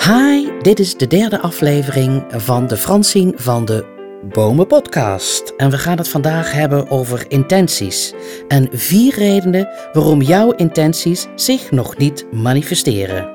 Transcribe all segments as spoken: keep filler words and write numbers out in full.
Hi, dit is de derde aflevering van de Fransien van de Bomen podcast. En we gaan het vandaag hebben over intenties. En vier redenen waarom jouw intenties zich nog niet manifesteren.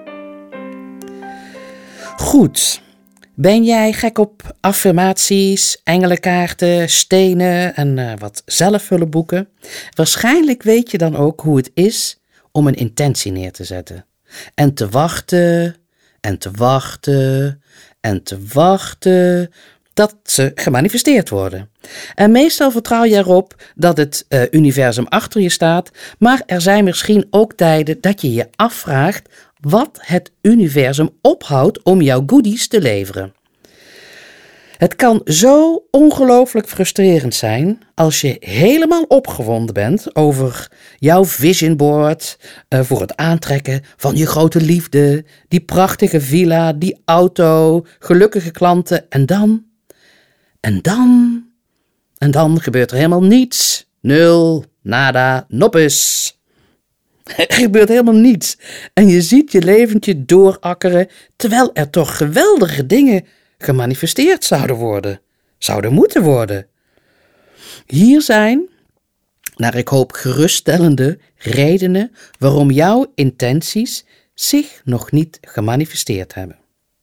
Goed, ben jij gek op affirmaties, engelenkaarten, stenen en uh, wat zelfhulpboeken? Waarschijnlijk weet je dan ook hoe het is om een intentie neer te zetten. En te wachten... En te wachten en te wachten dat ze gemanifesteerd worden. En meestal vertrouw je erop dat het uh, universum achter je staat, maar er zijn misschien ook tijden dat je je afvraagt wat het universum ophoudt om jouw goodies te leveren. Het kan zo ongelooflijk frustrerend zijn als je helemaal opgewonden bent over jouw vision board uh, voor het aantrekken van je grote liefde, die prachtige villa, die auto, gelukkige klanten en dan, en dan, en dan gebeurt er helemaal niets. Nul, nada, noppes. Er gebeurt helemaal niets en je ziet je leventje doorakkeren terwijl er toch geweldige dingen gemanifesteerd zouden worden, zouden moeten worden. Hier zijn, naar ik hoop geruststellende redenen waarom jouw intenties zich nog niet gemanifesteerd hebben.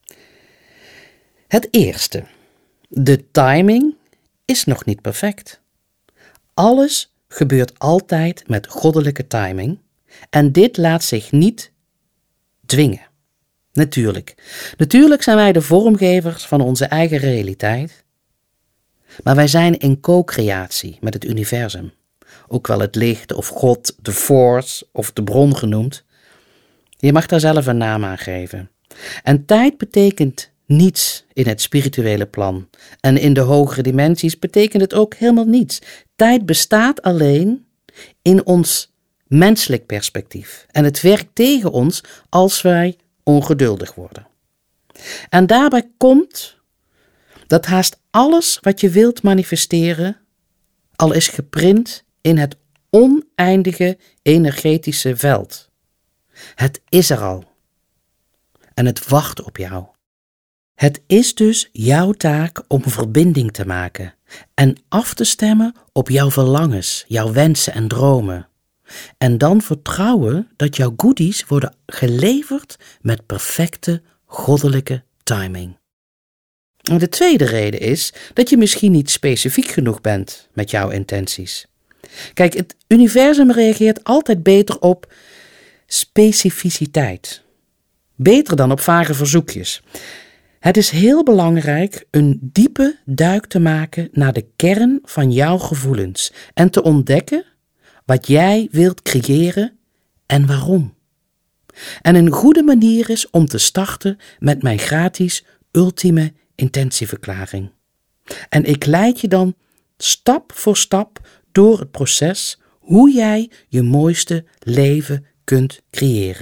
Het eerste, de timing is nog niet perfect. Alles gebeurt altijd met goddelijke timing en dit laat zich niet dwingen. Natuurlijk. Natuurlijk zijn wij de vormgevers van onze eigen realiteit. Maar wij zijn in co-creatie met het universum. Ook wel het licht of God, de force of de bron genoemd. Je mag daar zelf een naam aan geven. En tijd betekent niets in het spirituele plan. En in de hogere dimensies betekent het ook helemaal niets. Tijd bestaat alleen in ons menselijk perspectief. En het werkt tegen ons als wij ongeduldig worden. En daarbij komt dat haast alles wat je wilt manifesteren al is geprint in het oneindige energetische veld. Het is er al. En het wacht op jou. Het is dus jouw taak om verbinding te maken en af te stemmen op jouw verlangens, jouw wensen en dromen. En dan vertrouwen dat jouw goodies worden geleverd met perfecte goddelijke timing. En de tweede reden is dat je misschien niet specifiek genoeg bent met jouw intenties. Kijk, het universum reageert altijd beter op specificiteit. Beter dan op vage verzoekjes. Het is heel belangrijk een diepe duik te maken naar de kern van jouw gevoelens en te ontdekken wat jij wilt creëren en waarom. En een goede manier is om te starten met mijn gratis ultieme intentieverklaring. En ik leid je dan stap voor stap door het proces hoe jij je mooiste leven kunt creëren.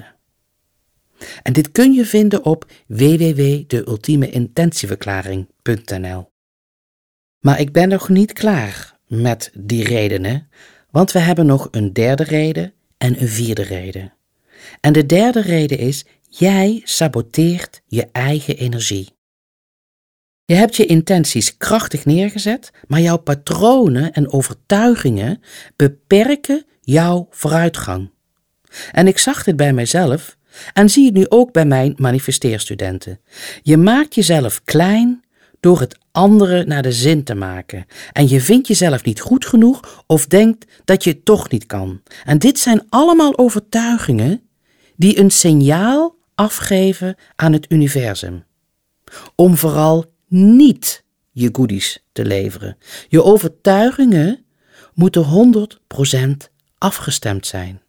En dit kun je vinden op w w w punt de ultieme intentieverklaring punt n l. Maar ik ben nog niet klaar met die redenen, want we hebben nog een derde reden en een vierde reden. En de derde reden is, jij saboteert je eigen energie. Je hebt je intenties krachtig neergezet, maar jouw patronen en overtuigingen beperken jouw vooruitgang. En ik zag dit bij mijzelf en zie het nu ook bij mijn manifesteerstudenten. Je maakt jezelf klein door het anderen naar de zin te maken. En je vindt jezelf niet goed genoeg of denkt dat je het toch niet kan. En dit zijn allemaal overtuigingen die een signaal afgeven aan het universum. Om vooral niet je goodies te leveren. Je overtuigingen moeten honderd procent afgestemd zijn.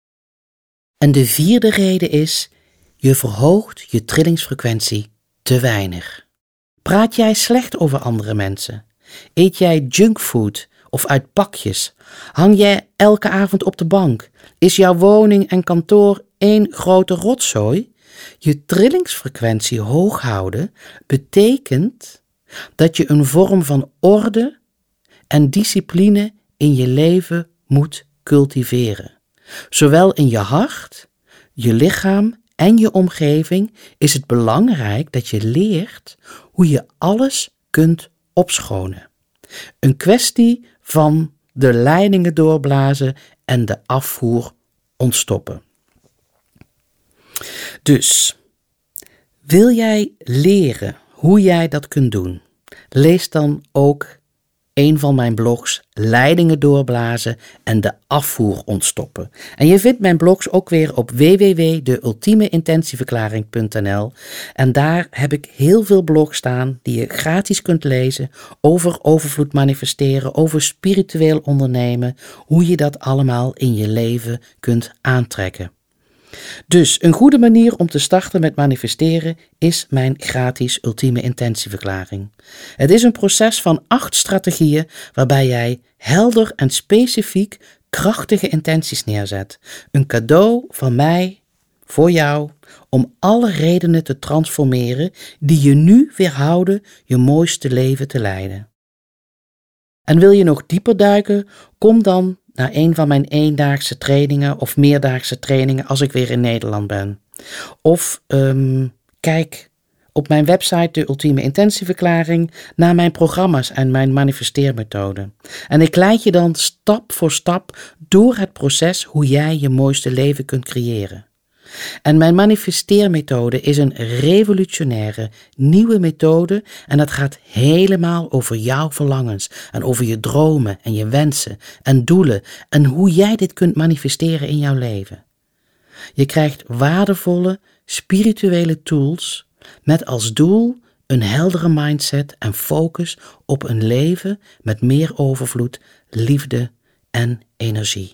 En de vierde reden is, je verhoogt je trillingsfrequentie te weinig. Praat jij slecht over andere mensen? Eet jij junkfood of uit pakjes? Hang jij elke avond op de bank? Is jouw woning en kantoor één grote rotzooi? Je trillingsfrequentie hoog houden betekent dat je een vorm van orde en discipline in je leven moet cultiveren. Zowel in je hart, je lichaam en je omgeving is het belangrijk dat je leert hoe je alles kunt opschonen. Een kwestie van de leidingen doorblazen en de afvoer ontstoppen. Dus, wil jij leren hoe jij dat kunt doen? Lees dan ook een van mijn blogs, Leidingen doorblazen en de afvoer ontstoppen. En je vindt mijn blogs ook weer op w w w punt de ultieme intentieverklaring punt n l. En daar heb ik heel veel blogs staan die je gratis kunt lezen over overvloed manifesteren, over spiritueel ondernemen, hoe je dat allemaal in je leven kunt aantrekken. Dus een goede manier om te starten met manifesteren is mijn gratis ultieme intentieverklaring. Het is een proces van acht strategieën waarbij jij helder en specifiek krachtige intenties neerzet. Een cadeau van mij voor jou om alle redenen te transformeren die je nu weerhouden je mooiste leven te leiden. En wil je nog dieper duiken? Kom dan naar een van mijn eendaagse trainingen of meerdaagse trainingen als ik weer in Nederland ben. Of um, kijk op mijn website De Ultieme Intentieverklaring naar mijn programma's en mijn manifesteermethode. En ik leid je dan stap voor stap door het proces hoe jij je mooiste leven kunt creëren. En mijn manifesteermethode is een revolutionaire, nieuwe methode en dat gaat helemaal over jouw verlangens en over je dromen en je wensen en doelen en hoe jij dit kunt manifesteren in jouw leven. Je krijgt waardevolle, spirituele tools met als doel een heldere mindset en focus op een leven met meer overvloed, liefde en energie.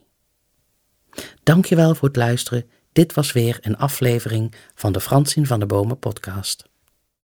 Dankjewel voor het luisteren. Dit was weer een aflevering van de Fransien van de Bomen podcast.